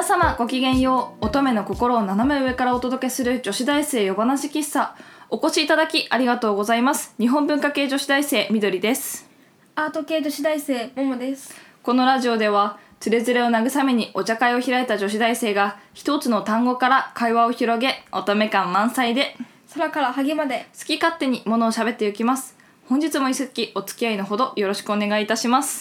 皆様ごきげんよう。乙女の心を斜め上からお届けする女子大生夜話喫茶。お越しいただきありがとうございます。日本文化系女子大生みどりです。 アート系女子大生ももです。 このラジオではつれづれを慰めにお茶会を開いた女子大生が一つの単語から会話を広げ、乙女感満載で空からハゲまで好き勝手にものを喋っていきます。本日も一席お付き合いのほどよろしくお願いいたします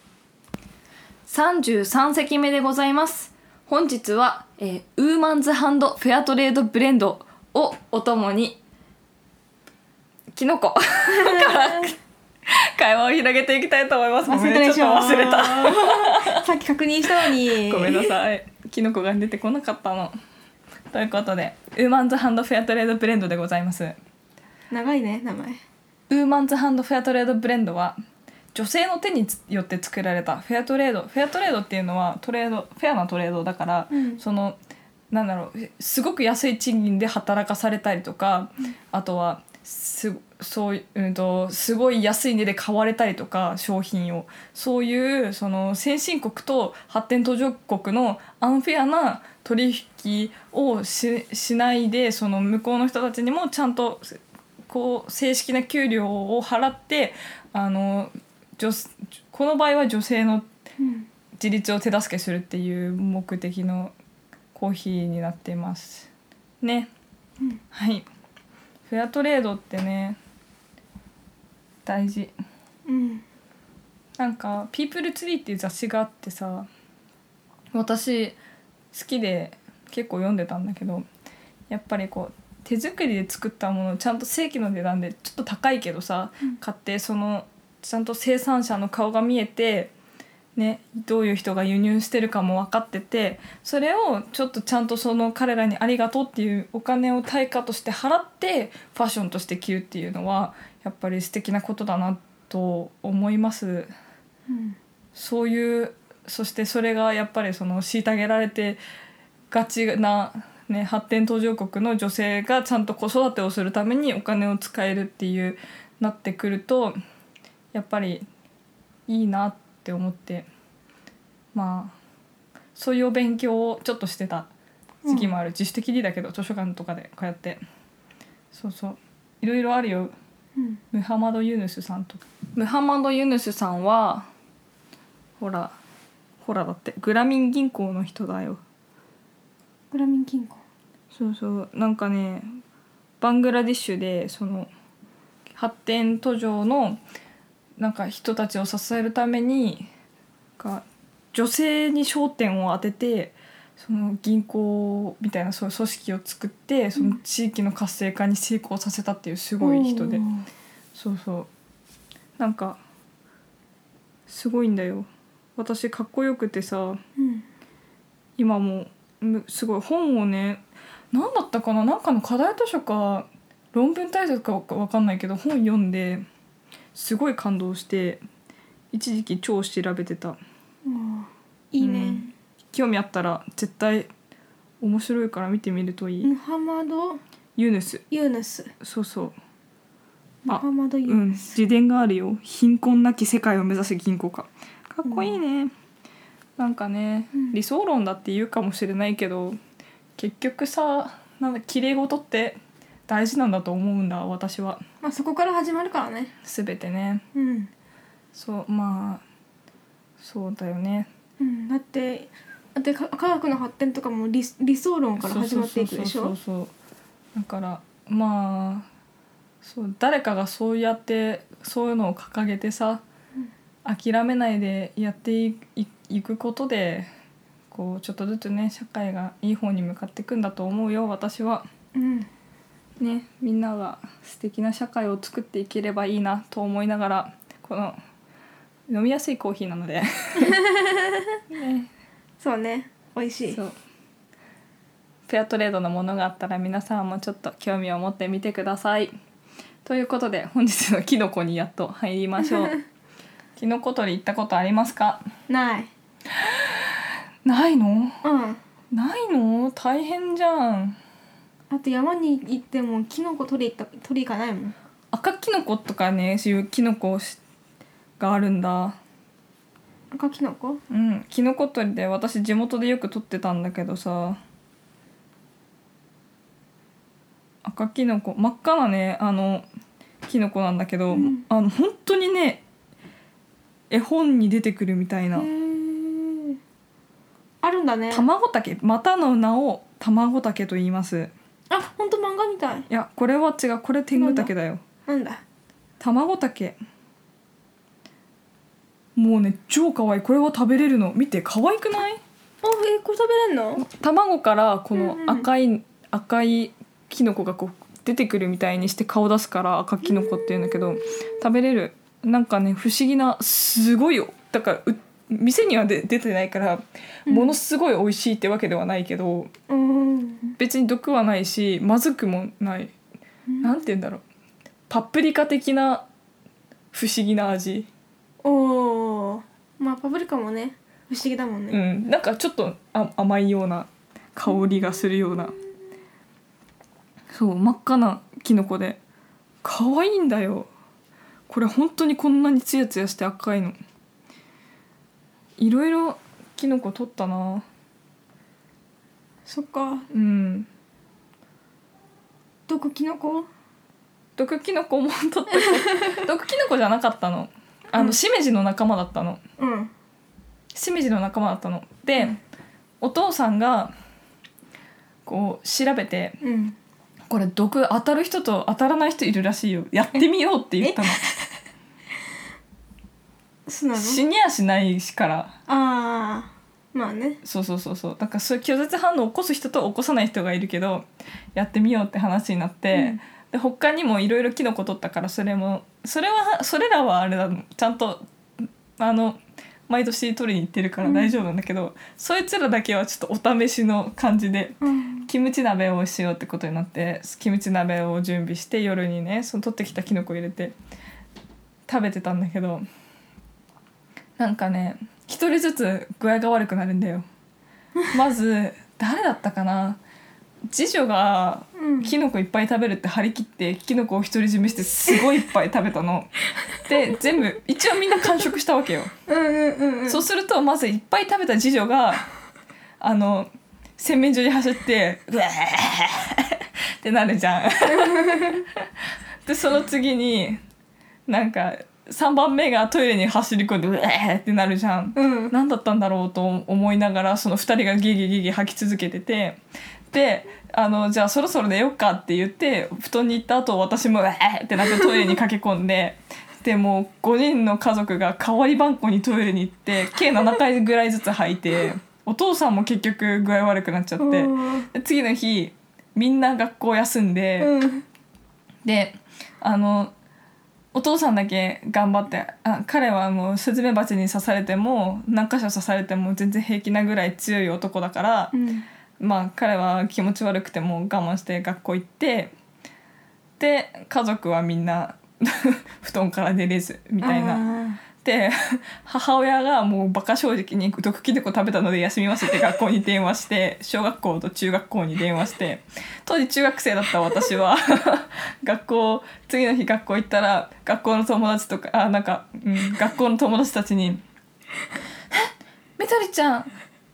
。33席目でございます。本日は、ウーマンズハンドフェアトレードブレンドをお供にキノコから会話を広げていきたいと思います。 忘れたでしょ。 ちょっと忘れたさっき確認したのにごめんなさい、キノコが出てこなかったの。ということでウーマンズハンドフェアトレードブレンドでございます。 長いね名前。 ウーマンズハンドフェアトレードブレンドは女性の手によって作られたフェアトレードっていうのはフェアなトレードだから、そのなんだろう、すごく安い賃金で働かされたりとか、あとはすごい安い値で買われたりとか、商品をそういうその先進国と発展途上国のアンフェアな取引を しないで、その向こうの人たちにもちゃんとこう正式な給料を払ってこの場合は女性の自立を手助けするっていう目的のコーヒーになっていますね、はい。フェアトレードってね大事、なんかピープルツリーっていう雑誌があってさ、私好きで結構読んでたんだけど、やっぱりこう手作りで作ったものをちゃんと正規の値段でちょっと高いけどさ、買ってそのちゃんと生産者の顔が見えて、ね、どういう人が輸入してるかも分かってて、それをちょっとちゃんとその彼らにありがとうっていうお金を対価として払ってファッションとして着るっていうのはやっぱり素敵なことだなと思います、そういうそしてそれがやっぱりその虐げられてがちな、ね、発展途上国の女性がちゃんと子育てをするためにお金を使えるっていうなってくるとやっぱりいいなって思って、まあそういうお勉強をちょっとしてた時期もある、自主的にだけど図書館とかでこうやってそういろいろあるよ、ムハマド・ユヌスさんとか。ムハマド・ユヌスさんはほらだってグラミン銀行の人だよ。 グラミン銀行。 そうなんかね、バングラディッシュでその発展途上のなんか人たちを支えるために女性に焦点を当てて、その銀行みたいなそういう組織を作ってその地域の活性化に成功させたっていうすごい人で、そうなんかすごいんだよ。私かっこよくてさ、今もすごい本をね、何だったかな、なんかの課題図書か論文対策か分かんないけど本読んですごい感動して一時期超調べてた。 いいね、 興味あったら絶対面白いから見てみるといい。 ムハマド・ユヌス。そうムハマド・ユヌス、 自伝があるよ。貧困なき世界を目指す銀行家。かっこいいね、なんかね、理想論だって言うかもしれないけど結局さ、なんだ綺麗事って大事なんだと思うんだ私は。 まあそこから始まるからね、 全てね、そうまあそうだよね、 だって科学の発展とかも理想論から始まっていくでしょ。 そうだからまあそう誰かがそうやってそういうのを掲げてさ、諦めないでやっていくことでこうちょっとずつね社会がいい方に向かっていくんだと思うよ私は、ね、みんなが素敵な社会を作っていければいいなと思いながら、この飲みやすいコーヒーなので、ね、 そうね、美味しい。 そうフェアトレードのものがあったら皆さんもちょっと興味を持ってみてください。ということで本日のキノコにやっと入りましょう。キノコ採り行ったことありますか？ ないの？ないの？大変じゃん。 あと山に行ってもキノコ取り行かないもん。 赤キノコとかね、そういうキノコがあるんだ。 赤キノコ。 うんキノコ採りで私地元でよく採ってたんだけどさ、赤キノコ真っ赤なねキノコなんだけど、本当にね絵本に出てくるみたいな、 あるんだね。 卵竹、またの名を卵竹と言います。 あ、ほんと漫画みたい。 いやこれは違う、これ天狗竹だよ。 なんだ卵竹、もうね超可愛い。これは食べれるの、見て可愛くない？ これ食べれんの？ 卵からこの赤いキノコがこう出てくるみたいにして顔出すから赤キノコっていうんだけど、食べれる。なんかね不思議な、すごいよ。だから店には出てないからものすごい美味しいってわけではないけど、別に毒はないしまずくもない、なんて言うんだろう、パプリカ的な不思議な味。 おー、まあパプリカもね不思議だもんね。 なんかちょっと甘いような香りがするような、そう真っ赤なキノコで可愛いんだよ。これ本当にこんなにツヤツヤして赤いの。いろいろキノコ取ったな。 そっか。毒キノコも取ったけど毒キノコじゃなかったの。しめじの仲間だったの。しめじの仲間だったので、お父さんがこう調べて、これ毒当たる人と当たらない人いるらしいよ、やってみようって言ったの。 そうなの？ 死にやしないしから。 あー、まあね。 そうだからそういう拒絶反応を起こす人と起こさない人がいるけど、やってみようって話になって、で他にもいろいろキノコ取ったから、それらはあれだ、ちゃんと毎年取りに行ってるから大丈夫なんだけど、そいつらだけはちょっとお試しの感じで、キムチ鍋をしようってことになって、キムチ鍋を準備して夜にねその取ってきたキノコ入れて食べてたんだけど、なんかね一人ずつ具合が悪くなるんだよ。まず誰だったかな、次女がキノコいっぱい食べるって張り切ってキノコを独り占めしてすごいいっぱい食べたの。で全部一応みんな完食したわけよ。そうするとまずいっぱい食べた次女が洗面所に走ってうわーってなるじゃん。でその次になんか3番目がトイレに走り込んでうわーってなるじゃん。何だったんだろうと思いながらその2人がギギギギ吐き続けてて、でじゃあそろそろ寝よっかって言って布団に行った後、私もうわーってなってトイレに駆け込んででもう5人の家族が代わり番号にトイレに行って計7回ぐらいずつ吐いて、お父さんも結局具合悪くなっちゃって、で次の日みんな学校休んで、でお父さんだけ頑張って、彼はもうスズメバチに刺されても何箇所刺されても全然平気なぐらい強い男だから、まあ彼は気持ち悪くても我慢して学校行って、で家族はみんな布団から出れずみたいな。で母親がもうバカ正直に毒キノコ食べたので休みますって学校に電話して小学校と中学校に電話して、当時中学生だった私は次の日学校行ったら学校の友達とか学校の友達たちに「みどりちゃん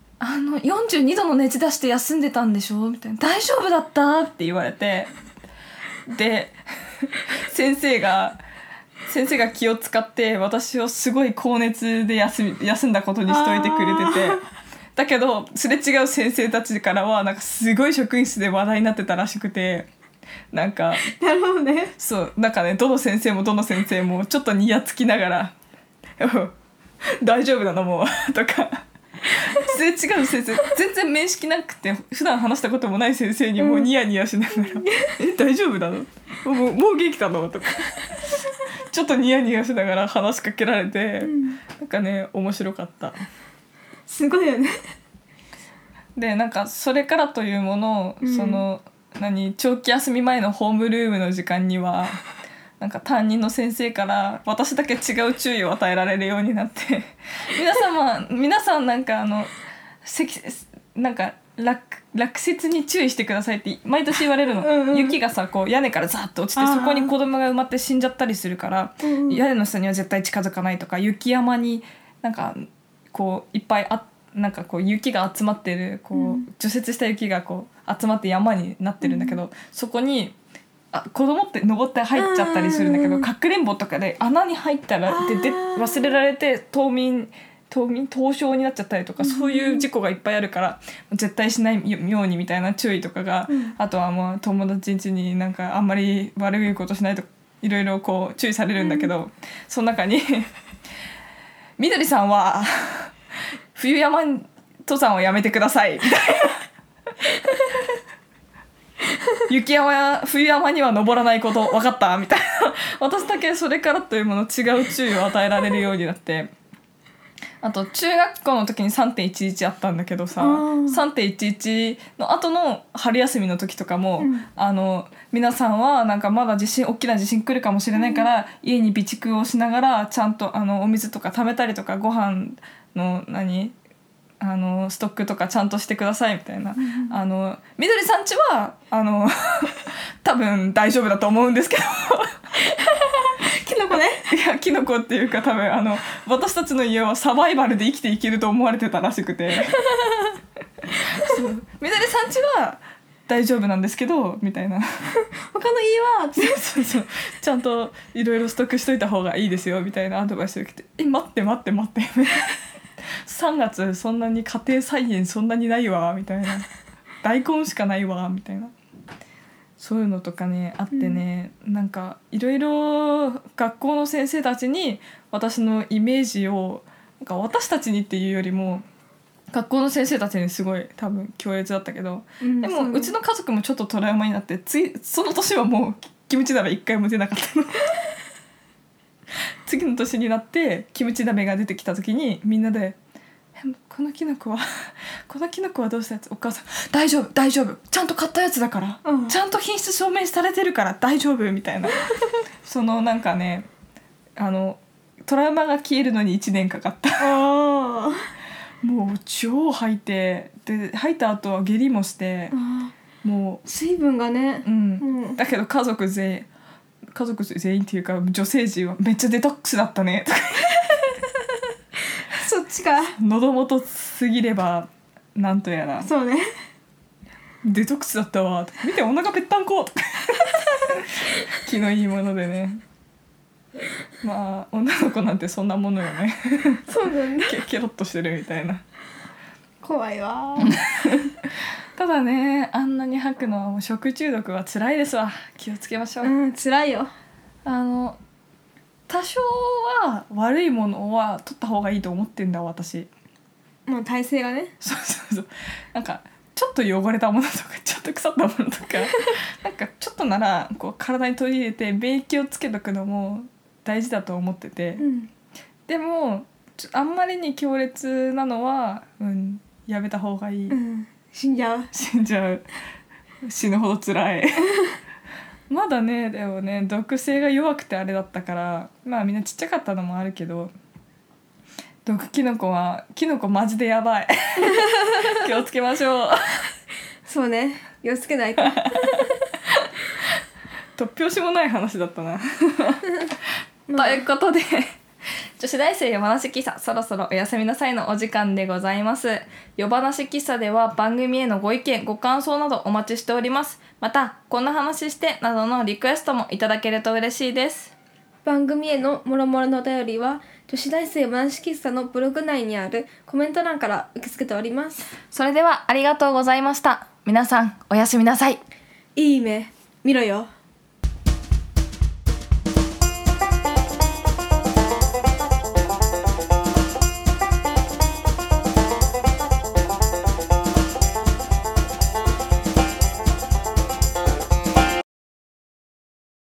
42度の熱出して休んでたんでしょ?」みたいな「大丈夫だった?」って言われて、で先生が気を使って私をすごい高熱で休んだことにしといてくれてて、だけどすれ違う先生たちからはなんかすごい職員室で話題になってたらしくて、なんかなるほどね。 そうなんかねどの先生もちょっとニヤつきながら大丈夫なのもうとかすれ違う先生全然面識なくて普段話したこともない先生にもうニヤニヤしながら大丈夫なのもう元気なのとかちょっとニヤニヤしながら話しかけられて、なんかね面白かった。 すごいよね。 でなんかそれからというものを、その長期休み前のホームルームの時間にはなんか担任の先生から私だけ違う注意を与えられるようになって皆さんなんかなんか落雪に注意してくださいって毎年言われるの。雪がさこう屋根からザッと落ちてそこに子供が埋まって死んじゃったりするから、屋根の下には絶対近づかないとか、雪山になんかこういっぱいなんかこう雪が集まってるこう除雪した雪がこう集まって山になってるんだけど、そこに子供って登って入っちゃったりするんだけど、かくれんぼとかで穴に入ったらで忘れられて凍傷になっちゃったりとか、そういう事故がいっぱいあるから絶対しないようにみたいな注意とかが、あとはもう友達ん家になんかあんまり悪いことしないとかいろいろこう注意されるんだけど、その中にみどりさんは冬山登山をやめてくださいみたいな冬山には登らないこと分かったみたいな私だけそれからというもの違う注意を与えられるようになって、あと中学校の時に 3.11 あったんだけどさ、3.11 の後の春休みの時とかも、皆さんはなんかまだ大きな地震来るかもしれないから、家に備蓄をしながらちゃんとお水とか貯めたりとかご飯のストックとかちゃんとしてくださいみたいな、みどりさんちは多分大丈夫だと思うんですけどキノコねいやキノコっていうか多分私たちの家はサバイバルで生きていけると思われてたらしくてそうみどりさんちは大丈夫なんですけどみたいな他の家はそうちゃんといろいろストックしといた方がいいですよみたいなアドバイスを受けて、待って3月そんなに家庭菜園そんなにないわみたいな、大根しかないわみたいな、そういうのとかねあってね、なんかいろいろ学校の先生たちに私のイメージをなんか私たちにっていうよりも学校の先生たちにすごい多分強烈だったけど、でもうちの家族もちょっとトラウマになって、その年はもうキムチ鍋1回も出なかったの次の年になってキムチ鍋が出てきた時にみんなでこのキノコはどうしたやつ、お母さん大丈夫ちゃんと買ったやつだから、ちゃんと品質証明されてるから大丈夫みたいなそのなんかねトラウマが消えるのに1年かかったもう超吐いて、で吐いた後は下痢もして、もう水分がね、 だけど家族全員っていうか女性陣はめっちゃデトックスだったねとかそっちか、 喉元すぎればなんとやら、 そうね、 デトックスだったわ見てお腹ぺったんこ気のいいものでね、まあ女の子なんてそんなものよねそうだねケロッとしてるみたいな、 怖いわただねあんなに吐くのはもう食中毒は辛いですわ、気をつけましょう、 辛いよ。 多少は悪いものは取った方がいいと思ってんだ私。 まあ体勢がね、 そうなんかちょっと汚れたものとかちょっと腐ったものとかなんかちょっとならこう体に取り入れて免疫をつけとくのも大事だと思ってて、でもあんまりに強烈なのは、やめた方がいい、 死んじゃう死ぬほど辛いまだねでもね毒性が弱くてあれだったから、まあみんなちっちゃかったのもあるけど、毒キノコマジでやばい気をつけましょうそうね、気をつけないと突拍子もない話だったなということで女子大生夜話喫茶、そろそろお休みなさいのお時間でございます。夜話喫茶では番組へのご意見ご感想などお待ちしております。またこんな話してなどのリクエストもいただけると嬉しいです。 番組へのもろもろのお便りは女子大生夜話喫茶のブログ内にあるコメント欄から受け付けております。 それではありがとうございました。皆さんおやすみなさい。 いい夢見ろよ。